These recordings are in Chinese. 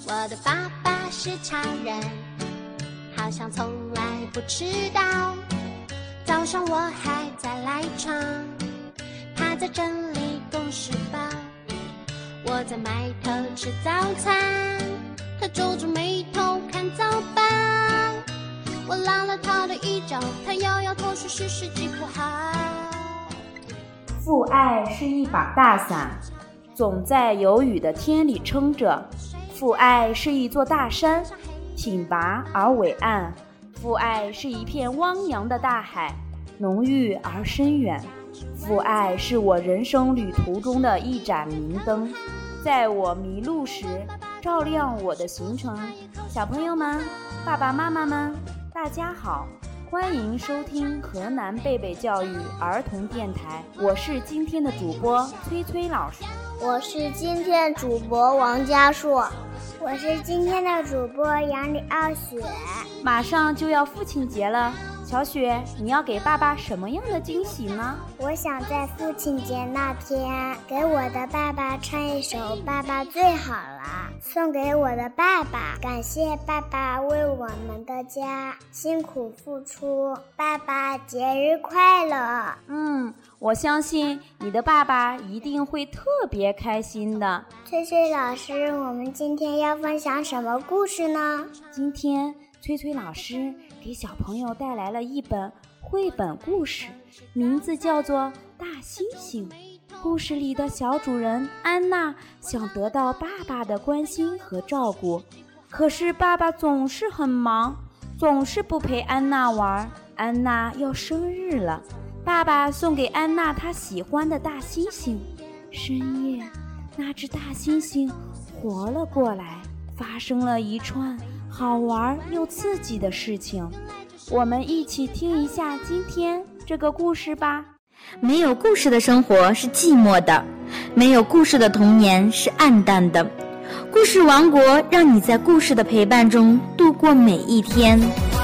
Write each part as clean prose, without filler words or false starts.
我的爸爸是超人，好像从来不迟到。早上我还在赖床，他在整理公事包。我在埋头吃早餐，他皱着眉头看早报。我拉了他的衣角，他摇摇头说是时机不好。 父爱是一把大伞，总在有雨的天里撑着。父爱是一座大山，挺拔而伟岸。父爱是一片汪洋的大海，浓郁而深远。父爱是我人生旅途中的一盏明灯，在我迷路时照亮我的行程。小朋友们，爸爸妈妈们，大家好，欢迎收听河南贝贝教育儿童电台，我是今天的主播崔崔老师。 我是今天主播王嘉硕。我是今天的主播杨李傲雪。 马上就要父亲节了，小雪，你要给爸爸什么样的惊喜呢？ 我想在父亲节那天给我的爸爸唱一首《爸爸最好了》，送给我的爸爸，感谢爸爸为我们的家辛苦付出，爸爸节日快乐。 我相信你的爸爸一定会特别开心的。 崔崔老师，我们今天要分享什么故事呢？ 今天崔崔老师给小朋友带来了一本绘本故事，名字叫做《大猩猩》。故事里的小主人安娜想得到爸爸的关心和照顾，可是爸爸总是很忙，总是不陪安娜玩。安娜要生日了，爸爸送给安娜她喜欢的大猩猩。深夜，那只大猩猩活了过来，发生了一串好玩又刺激的事情。我们一起听一下今天这个故事吧。 没有故事的生活是寂寞的，没有故事的童年是暗淡的。故事王国让你在故事的陪伴中度过每一天。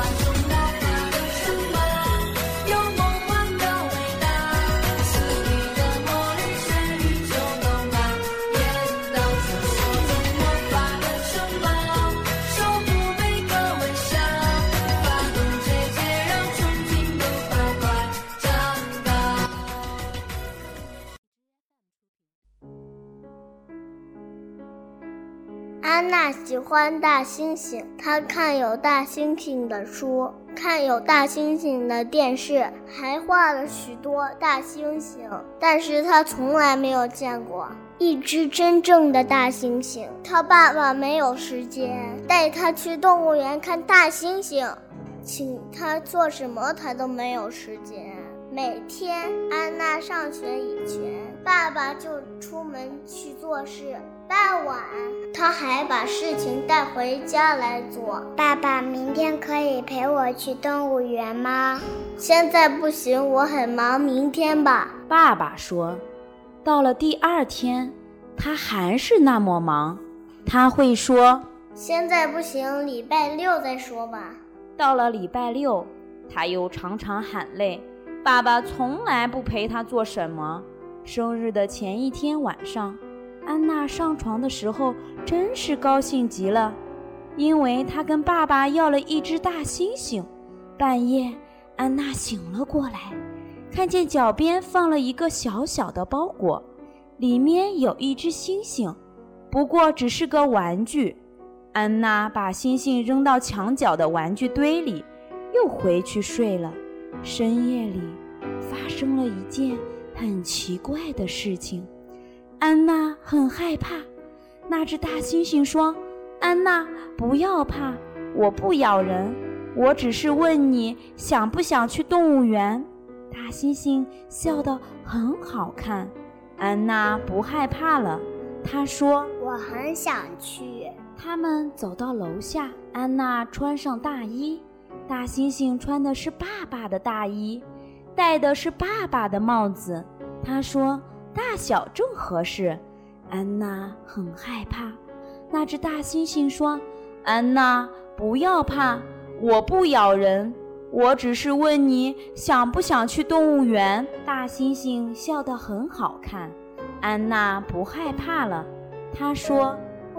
安娜喜欢大猩猩，她看有大猩猩的书，看有大猩猩的电视，还画了许多大猩猩，但是她从来没有见过一只真正的大猩猩。她爸爸没有时间带她去动物园看大猩猩，请她做什么她都没有时间。每天安娜上学以前，爸爸就出门去做事，傍晚他还把事情带回家来做。爸爸，明天可以陪我去动物园吗？现在不行，我很忙，明天吧。 爸爸说。到了第二天，他还是那么忙，他会说， 现在不行，礼拜六再说吧。 到了礼拜六，他又常常喊累，爸爸从来不陪他做什么。生日的前一天晚上，安娜上床的时候真是高兴极了，因为她跟爸爸要了一只大猩猩。半夜，安娜醒了过来，看见脚边放了一个小小的包裹，里面有一只猩猩，不过只是个玩具。安娜把猩猩扔到墙角的玩具堆里，又回去睡了。深夜里发生了一件很奇怪的事情，安娜很害怕。那只大猩猩说，安娜，不要怕，我不咬人，我只是问你想不想去动物园。大猩猩笑得很好看，安娜不害怕了，她说， 我很想去。 他们走到楼下，安娜穿上大衣，大猩猩穿的是爸爸的大衣，戴的是爸爸的帽子。他说，大小正合适。安娜很害怕。那只大猩猩说，安娜，不要怕，我不咬人，我只是问你想不想去动物园。大猩猩笑得很好看，安娜不害怕了，她说， 我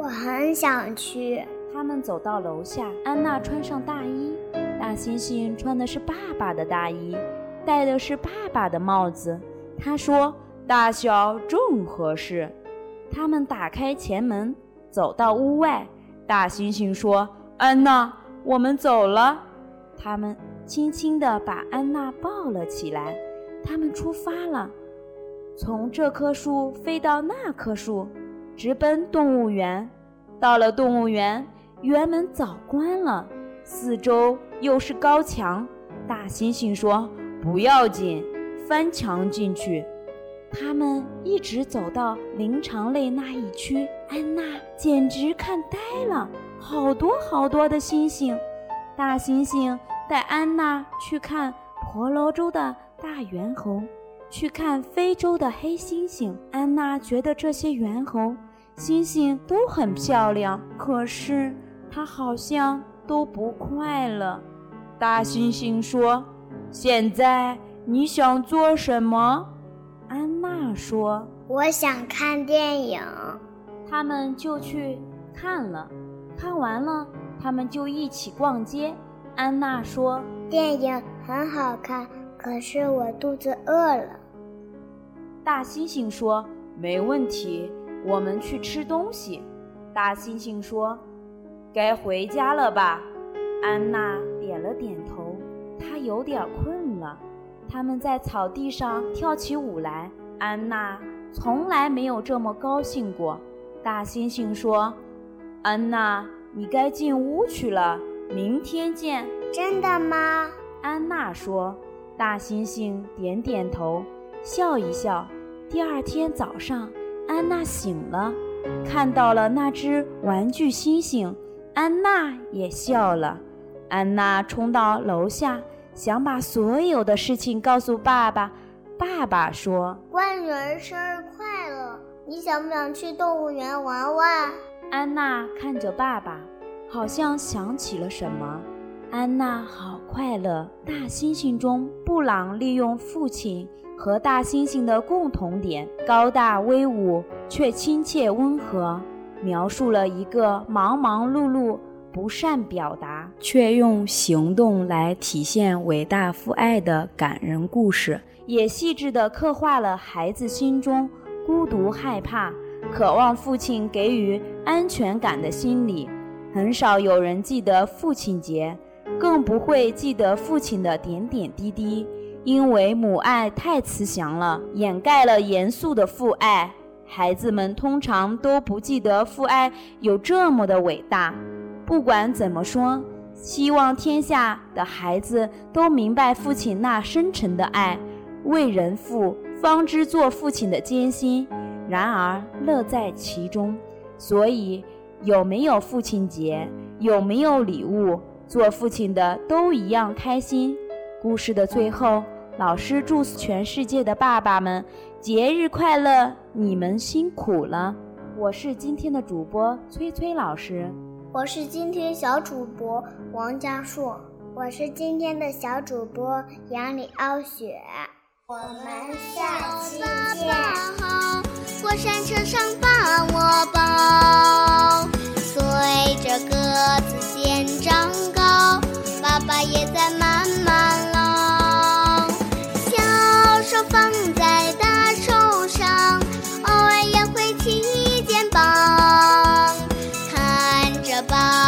我很想去。 他们走到楼下，安娜穿上大衣，大猩猩穿的是爸爸的大衣，戴的是爸爸的帽子。他说大小正合适。他们打开前门，走到屋外。大猩猩说，安娜，我们走了。他们轻轻地把安娜抱了起来。他们出发了，从这棵树飞到那棵树，直奔动物园。到了动物园，园门早关了，四周又是高墙。大猩猩说，不要紧，翻墙进去。他们一直走到灵长类那一区，安娜简直看呆了，好多好多的猩猩。大猩猩带安娜去看婆罗洲的大猿猴，去看非洲的黑猩猩。安娜觉得这些猿猴、猩猩都很漂亮，可是她好像都不快乐。大猩猩说，现在你想做什么？安娜说， 我想看电影。 他们就去看了，看完了，他们就一起逛街。安娜说， 电影很好看，可是我肚子饿了。 大猩猩说，没问题，我们去吃东西。大猩猩说，该回家了吧？安娜点了点头，她有点困了。他们在草地上跳起舞来，安娜从来没有这么高兴过。大猩猩说，安娜，你该进屋去了，明天见。 真的吗？ 安娜说。大猩猩点点头，笑一笑。第二天早上，安娜醒了，看到了那只玩具猩猩，安娜也笑了。安娜冲到楼下，想把所有的事情告诉爸爸。爸爸说， 乖女儿生日快乐，你想不想去动物园玩玩？ 安娜看着爸爸，好像想起了什么。安娜好快乐。大猩猩中，布朗利用父亲和大猩猩的共同点，高大威武却亲切温和，描述了一个忙忙碌碌、不善表达却用行动来体现伟大父爱的感人故事，也细致地刻画了孩子心中孤独害怕、渴望父亲给予安全感的心理。很少有人记得父亲节，更不会记得父亲的点点滴滴，因为母爱太慈祥了，掩盖了严肃的父爱。孩子们通常都不记得父爱有这么的伟大。不管怎么说，希望天下的孩子都明白父亲那深沉的爱，为人父，方知做父亲的艰辛，然而乐在其中。所以有没有父亲节，有没有礼物，做父亲的都一样开心。故事的最后，老师祝全世界的爸爸们节日快乐，你们辛苦了。我是今天的主播崔崔老师。 我是今天小主播王家硕。我是今天的小主播杨李傲雪。我们下期见。 过山车上把我抱，随着鸽子渐长高，爸爸也在慢慢老。小手放在大手上，偶尔也会提肩膀，看着爸